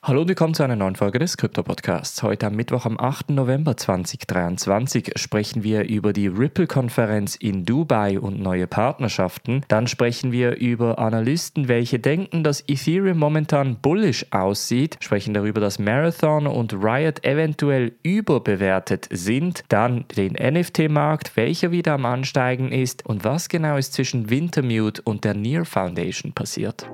Hallo und willkommen zu einer neuen Folge des Krypto-Podcasts. Heute am Mittwoch, am 8. November 2023, sprechen wir über die Ripple-Konferenz in Dubai und neue Partnerschaften. Dann sprechen wir über Analysten, welche denken, dass Ethereum momentan bullish aussieht, sprechen darüber, dass Marathon und Riot eventuell überbewertet sind. Dann den NFT-Markt, welcher wieder am Ansteigen ist und was genau ist zwischen Wintermute und der Near Foundation passiert.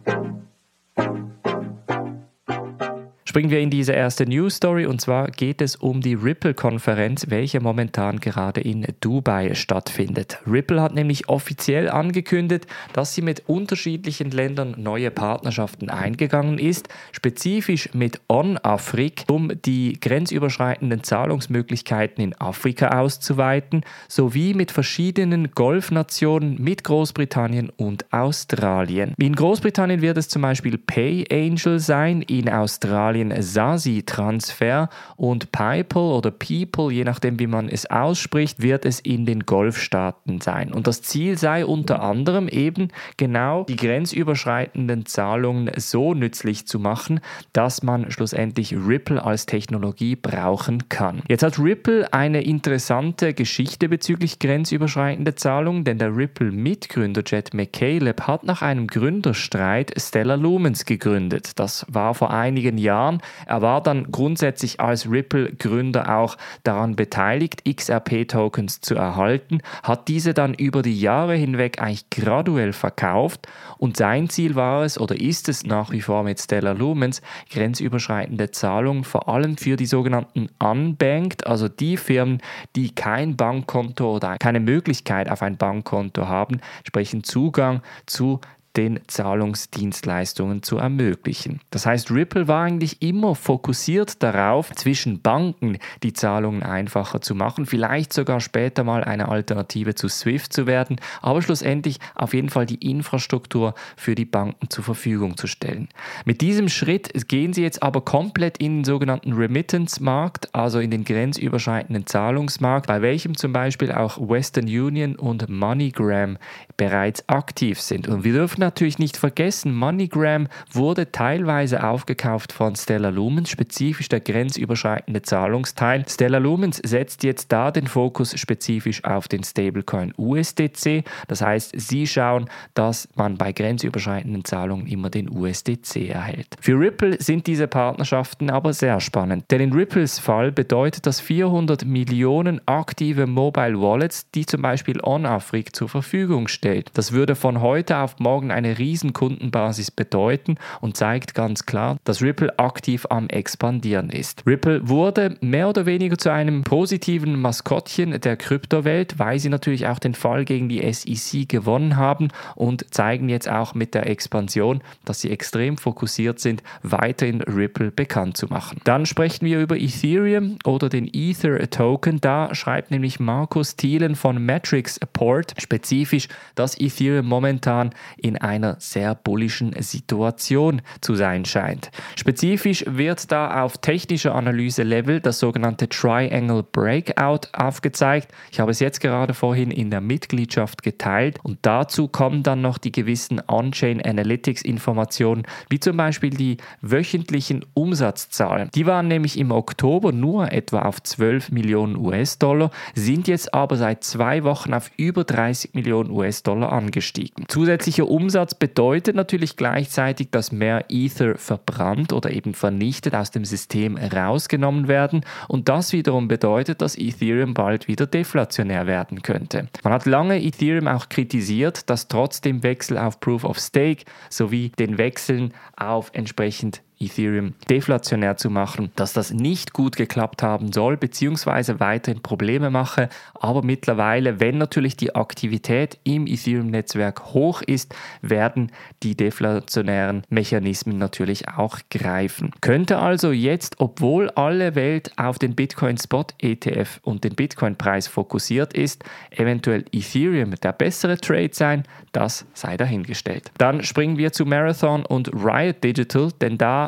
Springen wir in diese erste News-Story und zwar geht es um die Ripple-Konferenz, welche momentan gerade in Dubai stattfindet. Ripple hat nämlich offiziell angekündigt, dass sie mit unterschiedlichen Ländern neue Partnerschaften eingegangen ist, spezifisch mit OnAfric, um die grenzüberschreitenden Zahlungsmöglichkeiten in Afrika auszuweiten, sowie mit verschiedenen Golfnationen, mit Großbritannien und Australien. In Großbritannien wird es zum Beispiel PayAngel sein, in Australien Zazi Transfer und People oder People, je nachdem wie man es ausspricht, wird es in den Golfstaaten sein. Und das Ziel sei unter anderem eben genau die grenzüberschreitenden Zahlungen so nützlich zu machen, dass man schlussendlich Ripple als Technologie brauchen kann. Jetzt hat Ripple eine interessante Geschichte bezüglich grenzüberschreitender Zahlungen, denn der Ripple-Mitgründer Jed McCaleb hat nach einem Gründerstreit Stellar Lumens gegründet. Das war vor einigen Jahren. Er war dann grundsätzlich als Ripple-Gründer auch daran beteiligt, XRP-Tokens zu erhalten, hat diese dann über die Jahre hinweg eigentlich graduell verkauft und sein Ziel war es oder ist es nach wie vor mit Stellar Lumens, grenzüberschreitende Zahlungen vor allem für die sogenannten Unbanked, also die Firmen, die kein Bankkonto oder keine Möglichkeit auf ein Bankkonto haben, sprechen Zugang zu den Zahlungsdienstleistungen zu ermöglichen. Das heißt, Ripple war eigentlich immer fokussiert darauf, zwischen Banken die Zahlungen einfacher zu machen, vielleicht sogar später mal eine Alternative zu SWIFT zu werden, aber schlussendlich auf jeden Fall die Infrastruktur für die Banken zur Verfügung zu stellen. Mit diesem Schritt gehen sie jetzt aber komplett in den sogenannten Remittance-Markt, also in den grenzüberschreitenden Zahlungsmarkt, bei welchem zum Beispiel auch Western Union und MoneyGram bereits aktiv sind. Und wir dürfen natürlich nicht vergessen, MoneyGram wurde teilweise aufgekauft von Stellar Lumens, spezifisch der grenzüberschreitende Zahlungsteil. Stellar Lumens setzt jetzt da den Fokus spezifisch auf den Stablecoin USDC. Das heißt, sie schauen, dass man bei grenzüberschreitenden Zahlungen immer den USDC erhält. Für Ripple sind diese Partnerschaften aber sehr spannend, denn in Ripples Fall bedeutet das 400 Millionen aktive Mobile Wallets, die zum Beispiel OnAfric zur Verfügung stellt. Das würde von heute auf morgen eine riesen Kundenbasis bedeuten und zeigt ganz klar, dass Ripple aktiv am Expandieren ist. Ripple wurde mehr oder weniger zu einem positiven Maskottchen der Kryptowelt, weil sie natürlich auch den Fall gegen die SEC gewonnen haben und zeigen jetzt auch mit der Expansion, dass sie extrem fokussiert sind, weiterhin Ripple bekannt zu machen. Dann sprechen wir über Ethereum oder den Ether Token. Da schreibt nämlich Markus Thielen von Matrix Port spezifisch, dass Ethereum momentan in einer sehr bullischen Situation zu sein scheint. Spezifisch wird da auf technischer Analyse-Level das sogenannte Triangle Breakout aufgezeigt. Ich habe es jetzt gerade vorhin in der Mitgliedschaft geteilt und dazu kommen dann noch die gewissen On-Chain Analytics-Informationen, wie zum Beispiel die wöchentlichen Umsatzzahlen. Die waren nämlich im Oktober nur etwa auf 12 Millionen US-Dollar, sind jetzt aber seit 2 Wochen auf über 30 Millionen US-Dollar angestiegen. Zusätzlicher Umsatz bedeutet natürlich gleichzeitig, dass mehr Ether verbrannt oder eben vernichtet aus dem System rausgenommen werden und das wiederum bedeutet, dass Ethereum bald wieder deflationär werden könnte. Man hat lange Ethereum auch kritisiert, dass trotz dem Wechsel auf Proof of Stake sowie den Wechseln auf entsprechend Ethereum deflationär zu machen, dass das nicht gut geklappt haben soll, beziehungsweise weiterhin Probleme mache. Aber mittlerweile, wenn natürlich die Aktivität im Ethereum-Netzwerk hoch ist, werden die deflationären Mechanismen natürlich auch greifen. Könnte also jetzt, obwohl alle Welt auf den Bitcoin-Spot-ETF und den Bitcoin-Preis fokussiert ist, eventuell Ethereum der bessere Trade sein? Das sei dahingestellt. Dann springen wir zu Marathon und Riot Digital, denn da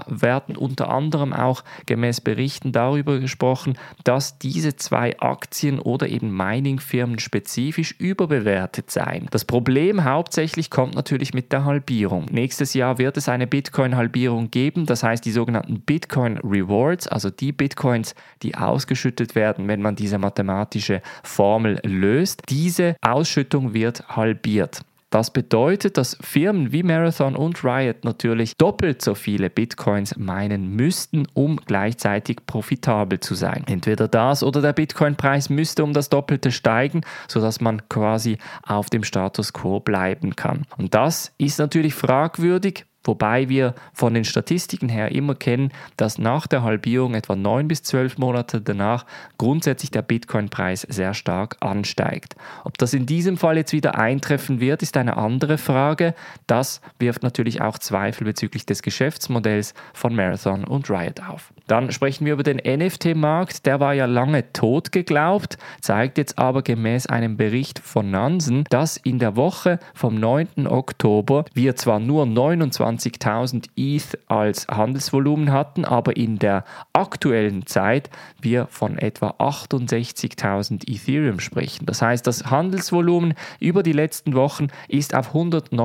da werden unter anderem auch gemäß Berichten darüber gesprochen, dass diese zwei Aktien oder eben Mining-Firmen spezifisch überbewertet seien. Das Problem hauptsächlich kommt natürlich mit der Halbierung. Nächstes Jahr wird es eine Bitcoin-Halbierung geben, das heißt die sogenannten Bitcoin Rewards, also die Bitcoins, die ausgeschüttet werden, wenn man diese mathematische Formel löst. Diese Ausschüttung wird halbiert. Das bedeutet, dass Firmen wie Marathon und Riot natürlich doppelt so viele Bitcoins meinen müssten, um gleichzeitig profitabel zu sein. Entweder das oder der Bitcoin-Preis müsste um das Doppelte steigen, sodass man quasi auf dem Status quo bleiben kann. Und das ist natürlich fragwürdig, wobei wir von den Statistiken her immer kennen, dass nach der Halbierung etwa 9 bis 12 Monate danach grundsätzlich der Bitcoin-Preis sehr stark ansteigt. Ob das in diesem Fall jetzt wieder eintreffen wird, ist eine andere Frage. Das wirft natürlich auch Zweifel bezüglich des Geschäftsmodells von Marathon und Riot auf. Dann sprechen wir über den NFT-Markt. Der war ja lange tot geglaubt, zeigt jetzt aber gemäß einem Bericht von Nansen, dass in der Woche vom 9. Oktober wir zwar nur 29.000 ETH als Handelsvolumen hatten, aber in der aktuellen Zeit wir von etwa 68.000 Ethereum sprechen. Das heißt, das Handelsvolumen über die letzten Wochen ist auf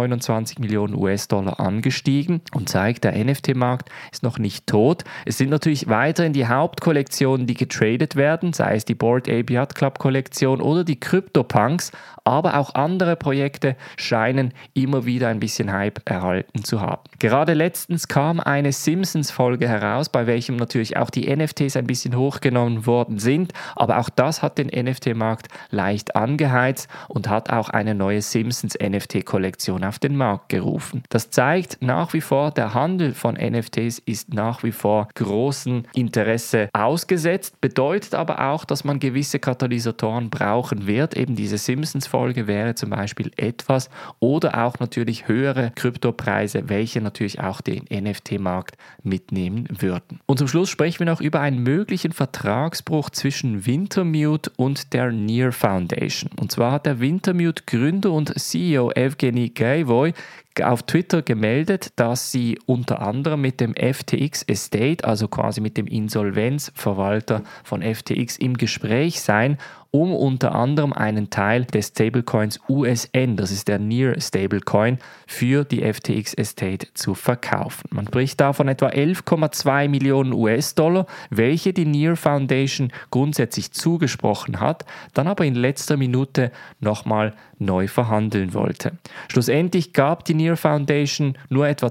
129 Millionen US-Dollar angestiegen und zeigt, der NFT-Markt ist noch nicht tot. Es sind natürlich weiterhin die Hauptkollektionen, die getradet werden, sei es die Bored Ape Yacht Club Kollektion oder die CryptoPunks, aber auch andere Projekte scheinen immer wieder ein bisschen Hype erhalten zu haben. Gerade letztens kam eine Simpsons-Folge heraus, bei welchem natürlich auch die NFTs ein bisschen hochgenommen worden sind, aber auch das hat den NFT-Markt leicht angeheizt und hat auch eine neue Simpsons-NFT-Kollektion auf den Markt gerufen. Das zeigt nach wie vor, der Handel von NFTs ist nach wie vor großen Interesse ausgesetzt, bedeutet aber auch, dass man gewisse Katalysatoren brauchen wird. Eben diese Simpsons-Folge wäre zum Beispiel etwas oder auch natürlich höhere Kryptopreise, welche natürlich auch den NFT-Markt mitnehmen würden. Und zum Schluss sprechen wir noch über einen möglichen Vertragsbruch zwischen Wintermute und der Near Foundation. Und zwar hat der Wintermute-Gründer und CEO Evgeny Gaivoy auf Twitter gemeldet, dass sie unter anderem mit dem FTX Estate, also quasi mit dem Insolvenzverwalter von FTX, im Gespräch seien, um unter anderem einen Teil des Stablecoins USN, das ist der Near Stablecoin, für die FTX Estate zu verkaufen. Man spricht davon etwa 11,2 Millionen US-Dollar, welche die Near Foundation grundsätzlich zugesprochen hat, dann aber in letzter Minute nochmal neu verhandeln wollte. Schlussendlich gab die Near Foundation nur etwa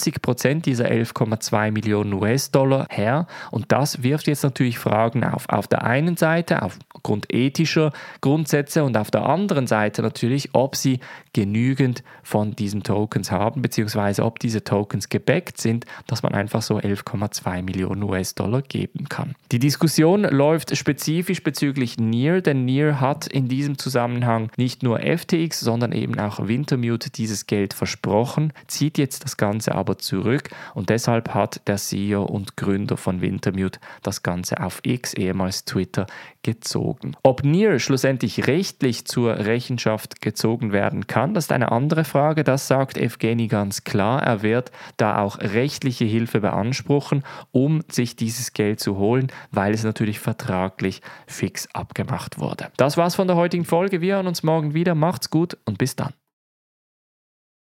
20% dieser 11,2 Millionen US-Dollar her und das wirft jetzt natürlich Fragen auf. Auf der einen Seite aufgrund ethischer Grundsätze und auf der anderen Seite natürlich, ob sie genügend von diesen Tokens haben, beziehungsweise ob diese Tokens gebackt sind, dass man einfach so 11,2 Millionen US-Dollar geben kann. Die Diskussion läuft spezifisch bezüglich Near, denn Near hat in diesem Zusammenhang nicht nur FTX, sondern eben auch Wintermute dieses Geld versprochen, zieht jetzt das Ganze aber zurück und deshalb hat der CEO und Gründer von Wintermute das Ganze auf X, ehemals Twitter, gezogen. Ob Near schlussendlich rechtlich zur Rechenschaft gezogen werden kann, das ist eine andere Frage. Das sagt Evgeny ganz klar. Er wird da auch rechtliche Hilfe beanspruchen, um sich dieses Geld zu holen, weil es natürlich vertraglich fix abgemacht wurde. Das war's von der heutigen Folge. Wir hören uns morgen wieder. Macht's gut und bis dann.